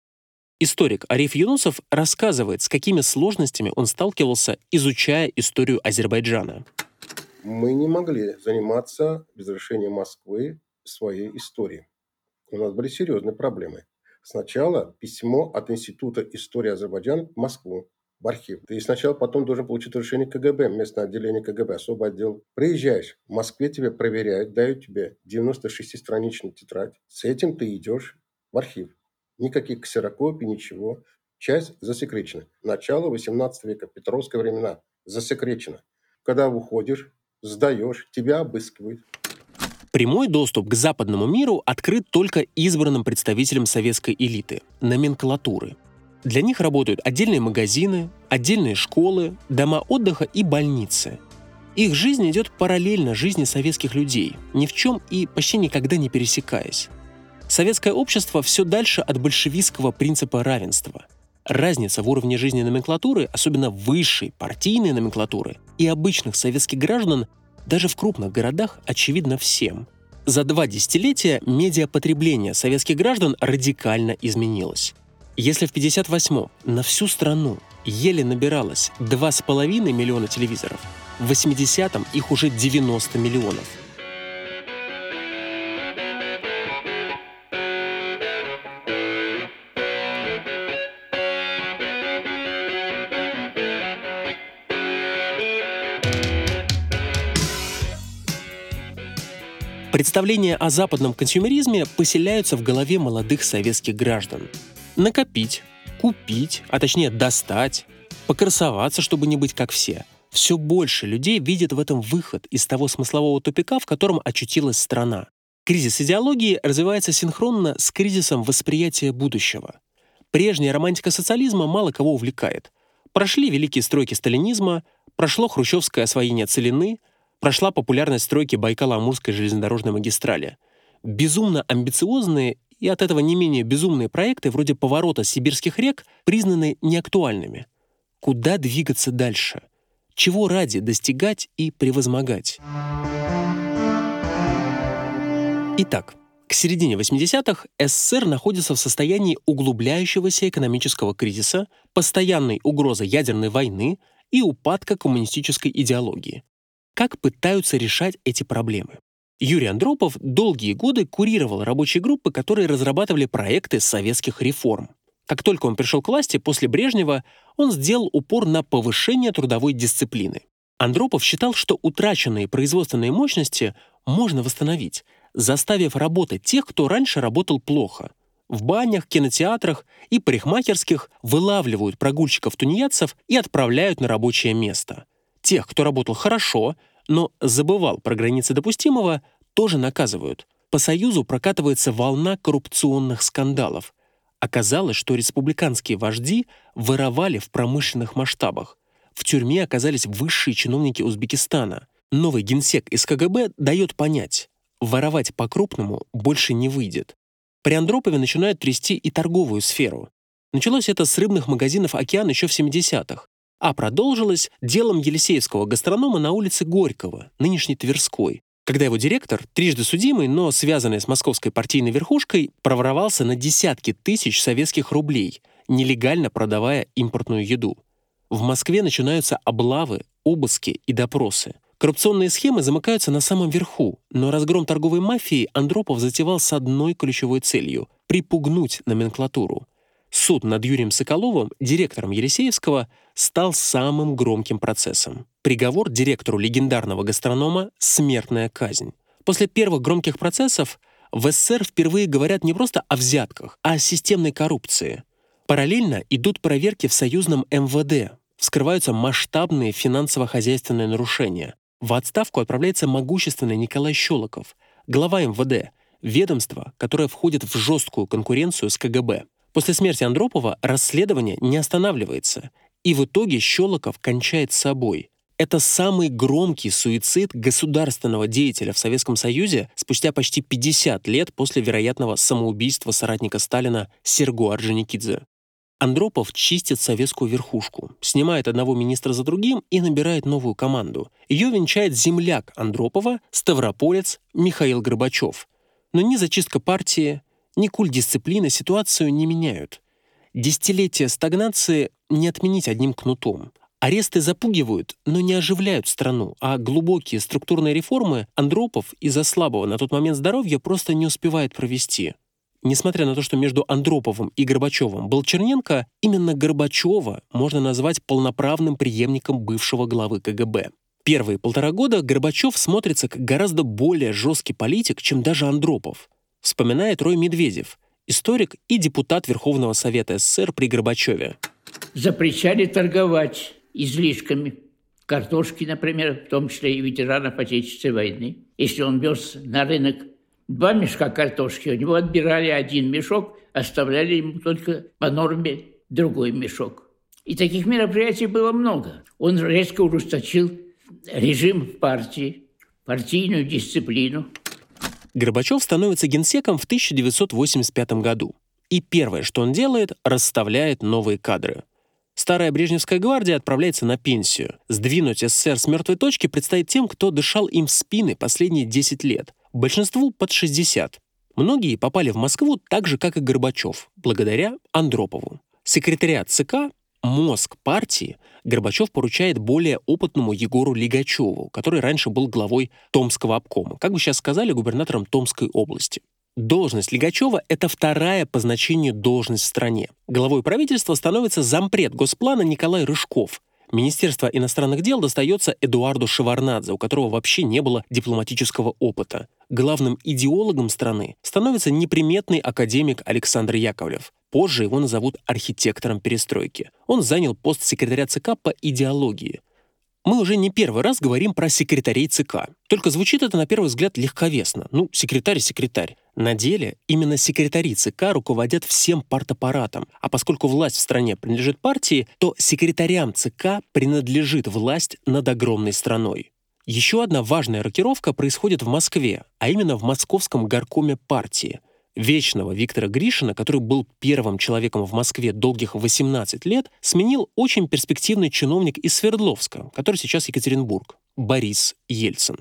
Историк Ариф Юнусов рассказывает, с какими сложностями он сталкивался, изучая историю Азербайджана. Мы не могли заниматься без разрешения Москвы своей историей. У нас были серьезные проблемы. Сначала письмо от Института истории Азербайджана в Москву, в архив. Ты сначала потом должен получить разрешение КГБ, местное отделение КГБ, особый отдел. Приезжаешь, в Москве тебя проверяют, дают тебе девяносто шестистраничную тетрадь. С этим ты идешь в архив. Никаких ксерокопий, ничего. Часть засекречена. Начало восемнадцатого века, Петровские времена. Засекречено. Когда выходишь, сдаешь, тебя обыскивают. Прямой доступ к западному миру открыт только избранным представителям советской элиты – номенклатуры. Для них работают отдельные магазины, отдельные школы, дома отдыха и больницы. Их жизнь идет параллельно жизни советских людей, ни в чем и почти никогда не пересекаясь. Советское общество все дальше от большевистского принципа равенства. Разница в уровне жизни номенклатуры, особенно высшей партийной номенклатуры, и обычных советских граждан даже в крупных городах очевидна всем. За два десятилетия медиапотребление советских граждан радикально изменилось. Если в пятьдесят восьмом на всю страну еле набиралось два с половиной миллиона телевизоров, в восьмидесятом их уже девяносто миллионов. Представления о западном консюмеризме поселяются в голове молодых советских граждан. Накопить, купить, а точнее достать, покрасоваться, чтобы не быть как все. Все больше людей видят в этом выход из того смыслового тупика, в котором очутилась страна. Кризис идеологии развивается синхронно с кризисом восприятия будущего. Прежняя романтика социализма мало кого увлекает. Прошли великие стройки сталинизма, прошло хрущевское освоение целины, прошла популярность стройки Байкало-Амурской железнодорожной магистрали. Безумно амбициозные и от этого не менее безумные проекты вроде поворота сибирских рек признаны неактуальными. Куда двигаться дальше? Чего ради достигать и превозмогать? Итак, к середине восьмидесятых СССР находится в состоянии углубляющегося экономического кризиса, постоянной угрозы ядерной войны и упадка коммунистической идеологии. Как пытаются решать эти проблемы? Юрий Андропов долгие годы курировал рабочие группы, которые разрабатывали проекты советских реформ. Как только он пришел к власти после Брежнева, он сделал упор на повышение трудовой дисциплины. Андропов считал, что утраченные производственные мощности можно восстановить, заставив работать тех, кто раньше работал плохо. В банях, кинотеатрах и парикмахерских вылавливают прогульщиков-тунеядцев и отправляют на рабочее место. Тех, кто работал хорошо, но забывал про границы допустимого, тоже наказывают. По Союзу прокатывается волна коррупционных скандалов. Оказалось, что республиканские вожди воровали в промышленных масштабах. В тюрьме оказались высшие чиновники Узбекистана. Новый генсек из КГБ дает понять, воровать по-крупному больше не выйдет. При Андропове начинают трясти и торговую сферу. Началось это с рыбных магазинов «Океан» еще в семидесятых. А продолжилось делом елисеевского гастронома на улице Горького, нынешней Тверской, когда его директор, трижды судимый, но связанный с московской партийной верхушкой, проворовался на десятки тысяч советских рублей, нелегально продавая импортную еду. В Москве начинаются облавы, обыски и допросы. Коррупционные схемы замыкаются на самом верху, но разгром торговой мафии Андропов затевал с одной ключевой целью — припугнуть номенклатуру. Суд над Юрием Соколовым, директором Елисеевского, стал самым громким процессом. Приговор директору легендарного гастронома — смертная казнь. После первых громких процессов в СССР впервые говорят не просто о взятках, а о системной коррупции. Параллельно идут проверки в союзном эм вэ дэ, вскрываются масштабные финансово-хозяйственные нарушения. В отставку отправляется могущественный Николай Щелоков, глава эм вэ дэ, ведомство, которое входит в жесткую конкуренцию с ка гэ бэ. После смерти Андропова расследование не останавливается, и в итоге Щелоков кончает с собой. Это самый громкий суицид государственного деятеля в Советском Союзе спустя почти пятьдесят лет после вероятного самоубийства соратника Сталина Серго Орджоникидзе. Андропов чистит советскую верхушку, снимает одного министра за другим и набирает новую команду. Ее венчает земляк Андропова, ставрополец Михаил Горбачев. Но ни зачистка партии, ни культ дисциплины ситуацию не меняют. Десятилетия стагнации не отменить одним кнутом. Аресты запугивают, но не оживляют страну, а глубокие структурные реформы Андропов из-за слабого на тот момент здоровья просто не успевает провести. Несмотря на то, что между Андроповым и Горбачевым был Черненко, именно Горбачева можно назвать полноправным преемником бывшего главы ка гэ бэ. Первые полтора года Горбачев смотрится как гораздо более жесткий политик, чем даже Андропов. Вспоминает Рой Медведев, историк и депутат Верховного Совета СССР при Горбачеве. Запрещали торговать излишками картошки, например, в том числе и ветеранов Отечественной войны. Если он вез на рынок два мешка картошки, у него отбирали один мешок, оставляли ему только по норме другой мешок. И таких мероприятий было много. Он резко ужесточил режим в партии, партийную дисциплину. Горбачев становится генсеком в тысяча девятьсот восемьдесят пятом году. И первое, что он делает, расставляет новые кадры. Старая Брежневская гвардия отправляется на пенсию. Сдвинуть СССР с мертвой точки предстоит тем, кто дышал им в спины последние десять лет. большинству под шестьдесят. Многие попали в Москву так же, как и Горбачев, благодаря Андропову. Секретариат ЦК, мозг партии, Горбачев поручает более опытному Егору Лигачеву, который раньше был главой Томского обкома, как бы сейчас сказали, губернатором Томской области. Должность Лигачева — это вторая по значению должность в стране. Главой правительства становится зампред Госплана Николай Рыжков. Министерство иностранных дел достается Эдуарду Шеварднадзе, у которого вообще не было дипломатического опыта. Главным идеологом страны становится неприметный академик Александр Яковлев. Позже его назовут архитектором перестройки. Он занял пост секретаря ЦК по идеологии. Мы уже не первый раз говорим про секретарей ЦК. Только звучит это на первый взгляд легковесно. Ну, секретарь — секретарь. На деле именно секретари ЦК руководят всем партаппаратом. А поскольку власть в стране принадлежит партии, то секретарям ЦК принадлежит власть над огромной страной. Еще одна важная рокировка происходит в Москве, а именно в Московском горкоме партии. Вечного Виктора Гришина, который был первым человеком в Москве долгих восемнадцать лет, сменил очень перспективный чиновник из Свердловска, который сейчас Екатеринбург, Борис Ельцин.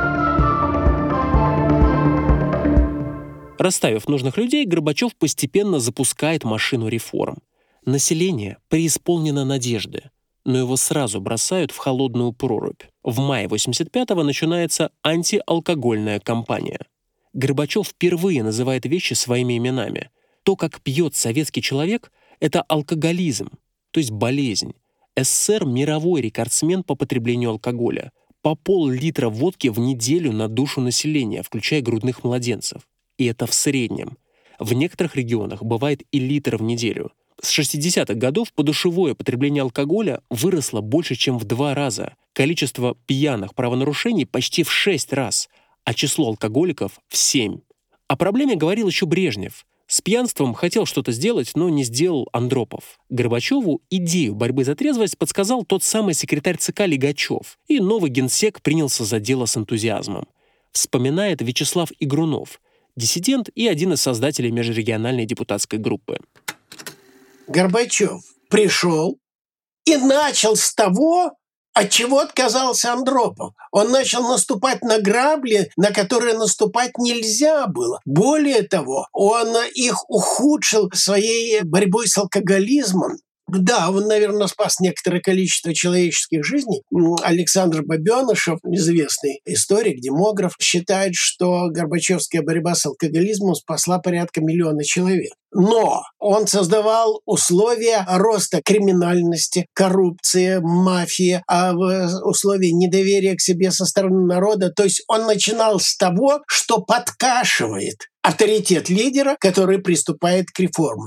Расставив нужных людей, Горбачев постепенно запускает машину реформ. Население преисполнено надежды, но его сразу бросают в холодную прорубь. В мае восемьдесят пятого начинается антиалкогольная кампания. Горбачев впервые называет вещи своими именами. То, как пьет советский человек, это алкоголизм, то есть болезнь. СССР — мировой рекордсмен по потреблению алкоголя. По пол-литра водки в неделю на душу населения, включая грудных младенцев. И это в среднем. В некоторых регионах бывает и литр в неделю. С шестидесятых годов подушевое потребление алкоголя выросло больше, чем в два раза. Количество пьяных правонарушений почти в шесть раз, а число алкоголиков — в семь. О проблеме говорил еще Брежнев. С пьянством хотел что-то сделать, но не сделал Андропов. Горбачеву идею борьбы за трезвость подсказал тот самый секретарь ЦК Лигачев, и новый генсек принялся за дело с энтузиазмом. Вспоминает Вячеслав Игрунов, диссидент и один из создателей межрегиональной депутатской группы. Горбачев пришел и начал с того, от чего отказался Андропов. Он начал наступать на грабли, на которые наступать нельзя было. Более того, он их ухудшил своей борьбой с алкоголизмом. Да, он, наверное, спас некоторое количество человеческих жизней. Александр Бабенышев, известный историк, демограф, считает, что горбачевская борьба с алкоголизмом спасла порядка миллиона человек. Но он создавал условия роста криминальности, коррупции, мафии, а в условии недоверия к себе со стороны народа. То есть он начинал с того, что подкашивает авторитет лидера, который приступает к реформам.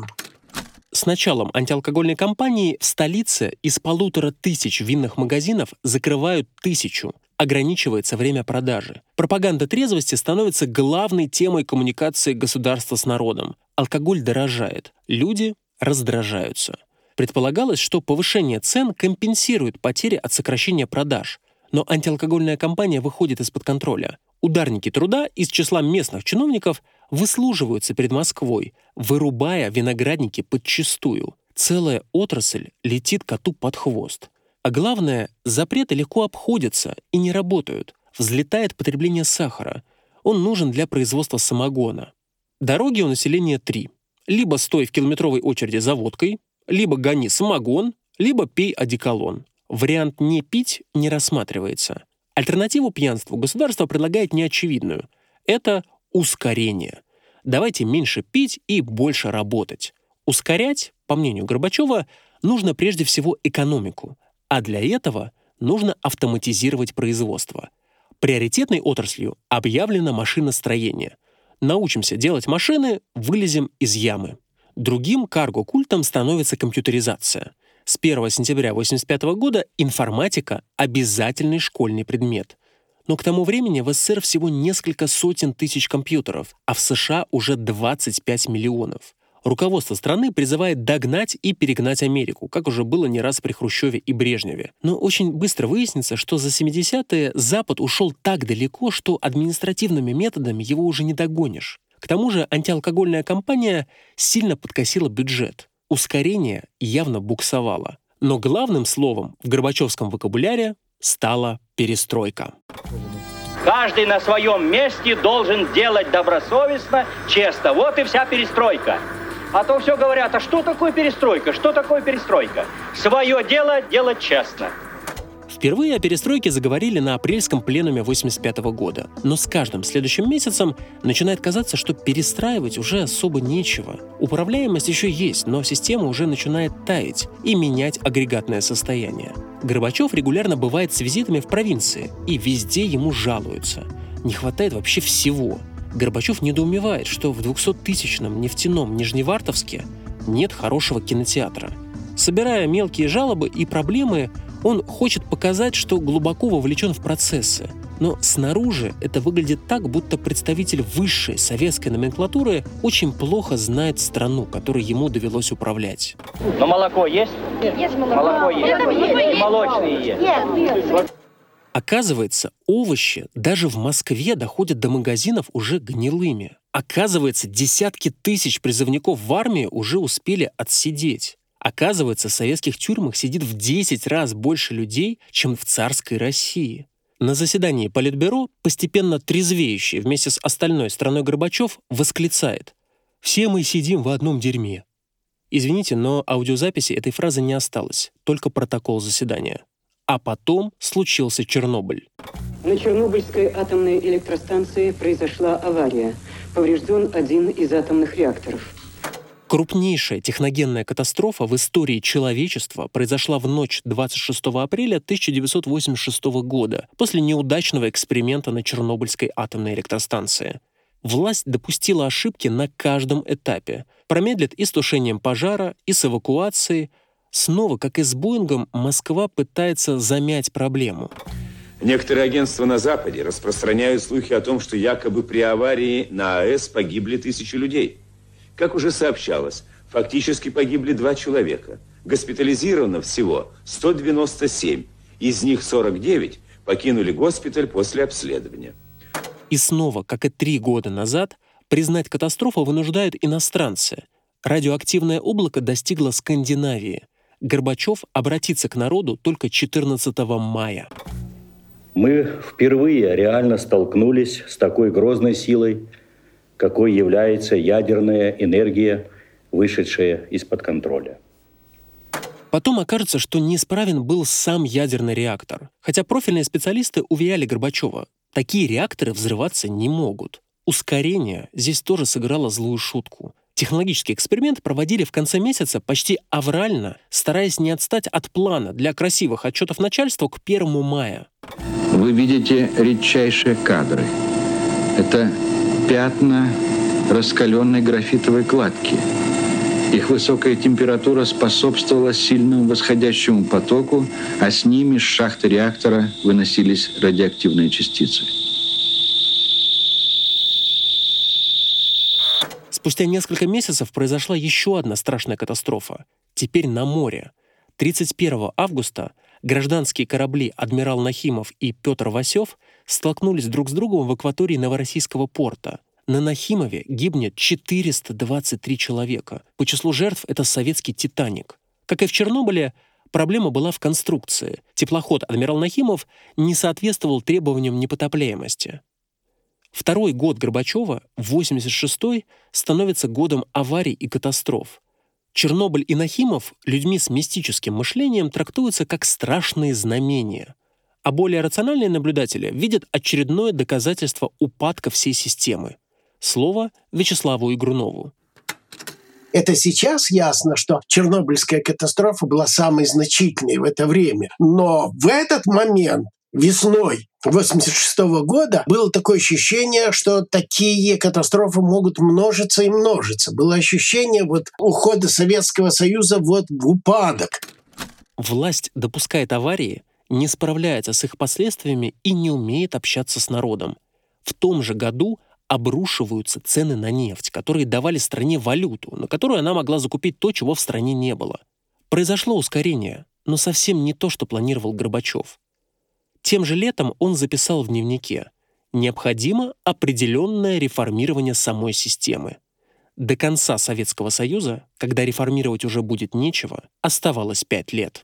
С началом антиалкогольной кампании в столице из полутора тысяч винных магазинов закрывают тысячу. Ограничивается время продажи. Пропаганда трезвости становится главной темой коммуникации государства с народом. Алкоголь дорожает, люди раздражаются. Предполагалось, что повышение цен компенсирует потери от сокращения продаж. Но антиалкогольная кампания выходит из-под контроля. Ударники труда из числа местных чиновников выслуживаются перед Москвой, вырубая виноградники подчистую. Целая отрасль летит коту под хвост. А главное, запреты легко обходятся и не работают. Взлетает потребление сахара. Он нужен для производства самогона. Дороги у населения три. Либо стой в километровой очереди за водкой, либо гони самогон, либо пей одеколон. Вариант «не пить» не рассматривается. Альтернативу пьянству государство предлагает неочевидную. Это ускорение. Давайте меньше пить и больше работать. Ускорять, по мнению Горбачева, нужно прежде всего экономику. А для этого нужно автоматизировать производство. Приоритетной отраслью объявлено машиностроение. Научимся делать машины, вылезем из ямы. Другим карго-культом становится компьютеризация. С первого сентября тысяча девятьсот восемьдесят пятого года информатика – обязательный школьный предмет. Но к тому времени в СССР всего несколько сотен тысяч компьютеров, а в США уже двадцать пять миллионов. Руководство страны призывает догнать и перегнать Америку, как уже было не раз при Хрущеве и Брежневе. Но очень быстро выяснится, что за семидесятые Запад ушел так далеко, что административными методами его уже не догонишь. К тому же антиалкогольная кампания сильно подкосила бюджет. Ускорение явно буксовало. Но главным словом в горбачевском вокабуляре стала перестройка. Каждый на своем месте должен делать добросовестно, честно. Вот и вся перестройка. А то все говорят, а что такое перестройка? Что такое перестройка? Свое дело делать честно. Впервые о перестройке заговорили на апрельском пленуме восемьдесят пятого года, но с каждым следующим месяцем начинает казаться, что перестраивать уже особо нечего. Управляемость еще есть, но система уже начинает таять и менять агрегатное состояние. Горбачев регулярно бывает с визитами в провинции, и везде ему жалуются. Не хватает вообще всего. Горбачев недоумевает, что в двухсоттысячном нефтяном Нижневартовске нет хорошего кинотеатра. Собирая мелкие жалобы и проблемы, он хочет показать, что глубоко вовлечен в процессы. Но снаружи это выглядит так, будто представитель высшей советской номенклатуры очень плохо знает страну, которой ему довелось управлять. Но молоко есть? Есть молоко. Молоко есть. И молочные есть. Нет, нет. Оказывается, овощи даже в Москве доходят до магазинов уже гнилыми. Оказывается, десятки тысяч призывников в армии уже успели отсидеть. Оказывается, в советских тюрьмах сидит в десять раз больше людей, чем в царской России. На заседании Политбюро постепенно трезвеющий вместе с остальной страной Горбачев восклицает: «Все мы сидим в одном дерьме». Извините, но аудиозаписи этой фразы не осталось, только протокол заседания. А потом случился Чернобыль. На Чернобыльской атомной электростанции произошла авария. Поврежден один из атомных реакторов. Крупнейшая техногенная катастрофа в истории человечества произошла в ночь двадцать шестого апреля тысяча девятьсот восемьдесят шестого года после неудачного эксперимента на Чернобыльской атомной электростанции. Власть допустила ошибки на каждом этапе. Промедлит и с тушением пожара, и с эвакуацией. Снова, как и с Боингом, Москва пытается замять проблему. Некоторые агентства на Западе распространяют слухи о том, что якобы при аварии на АЭС погибли тысячи людей. Как уже сообщалось, фактически погибли два человека. Госпитализировано всего сто девяносто семь. Из них сорок девять покинули госпиталь после обследования. И снова, как и три года назад, признать катастрофу вынуждают иностранцы. Радиоактивное облако достигло Скандинавии. Горбачев обратится к народу только четырнадцатого мая. Мы впервые реально столкнулись с такой грозной силой, какой является ядерная энергия, вышедшая из-под контроля. Потом окажется, что неисправен был сам ядерный реактор. Хотя профильные специалисты уверяли Горбачева, такие реакторы взрываться не могут. Ускорение здесь тоже сыграло злую шутку. Технологический эксперимент проводили в конце месяца почти аврально, стараясь не отстать от плана для красивых отчетов начальству к первому мая. Вы видите редчайшие кадры. Это пятна раскаленной графитовой кладки. Их высокая температура способствовала сильному восходящему потоку, а с ними с шахты реактора выносились радиоактивные частицы. Спустя несколько месяцев произошла еще одна страшная катастрофа. Теперь на море. тридцать первого августа гражданские корабли «Адмирал Нахимов» и «Петр Васев» столкнулись друг с другом в акватории Новороссийского порта. На Нахимове гибнет четыреста двадцать три человека. По числу жертв это советский «Титаник». Как и в Чернобыле, проблема была в конструкции. Теплоход «Адмирал Нахимов» не соответствовал требованиям непотопляемости. Второй год Горбачева, восемьдесят шестой, становится годом аварий и катастроф. Чернобыль и Нахимов людьми с мистическим мышлением трактуются как страшные знамения, а более рациональные наблюдатели видят очередное доказательство упадка всей системы. Слово Вячеславу Игрунову. Это сейчас ясно, что Чернобыльская катастрофа была самой значительной в это время. Но в этот момент, весной восемьдесят шестого года, было такое ощущение, что такие катастрофы могут множиться и множиться. Было ощущение вот ухода Советского Союза вот в упадок. Власть допускает аварии, не справляется с их последствиями и не умеет общаться с народом. В том же году обрушиваются цены на нефть, которые давали стране валюту, на которую она могла закупить то, чего в стране не было. Произошло ускорение, но совсем не то, что планировал Горбачев. Тем же летом он записал в дневнике: «Необходимо определенное реформирование самой системы». До конца Советского Союза, когда реформировать уже будет нечего, оставалось пять лет.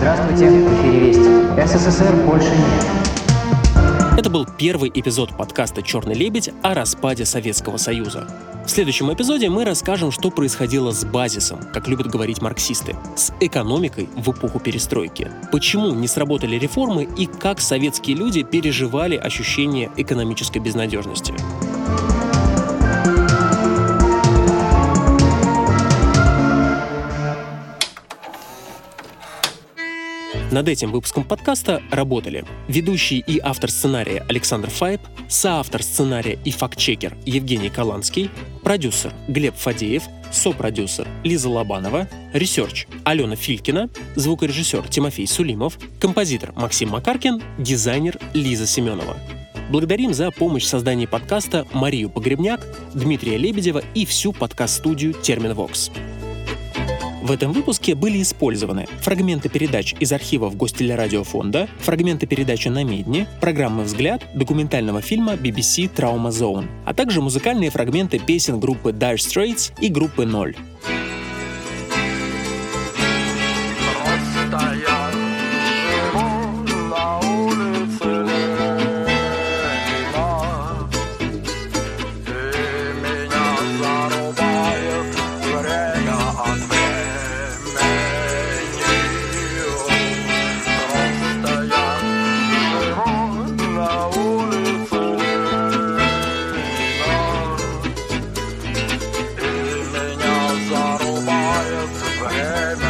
Здравствуйте, в эфире Вести. СССР больше нет. Это был первый эпизод подкаста «Черный лебедь» о распаде Советского Союза. В следующем эпизоде мы расскажем, что происходило с базисом, как любят говорить марксисты, с экономикой в эпоху перестройки, почему не сработали реформы и как советские люди переживали ощущение экономической безнадежности. Над этим выпуском подкаста работали ведущий и автор сценария Александр Файб, соавтор сценария и фактчекер Евгений Каланский, продюсер Глеб Фадеев, сопродюсер Лиза Лобанова, ресерч Алена Филькина, звукорежиссер Тимофей Сулимов, композитор Максим Макаркин, дизайнер Лиза Семенова. Благодарим за помощь в создании подкаста Марию Погребняк, Дмитрия Лебедева и всю подкаст-студию «Терминвокс». В этом выпуске были использованы фрагменты передач из архивов Гостелерадиофонда, фрагменты передачи на Медне, программы «Взгляд», документального фильма би би си «Trauma Zone», а также музыкальные фрагменты песен группы Dire Straits и группы «Ноль». Зарубает время.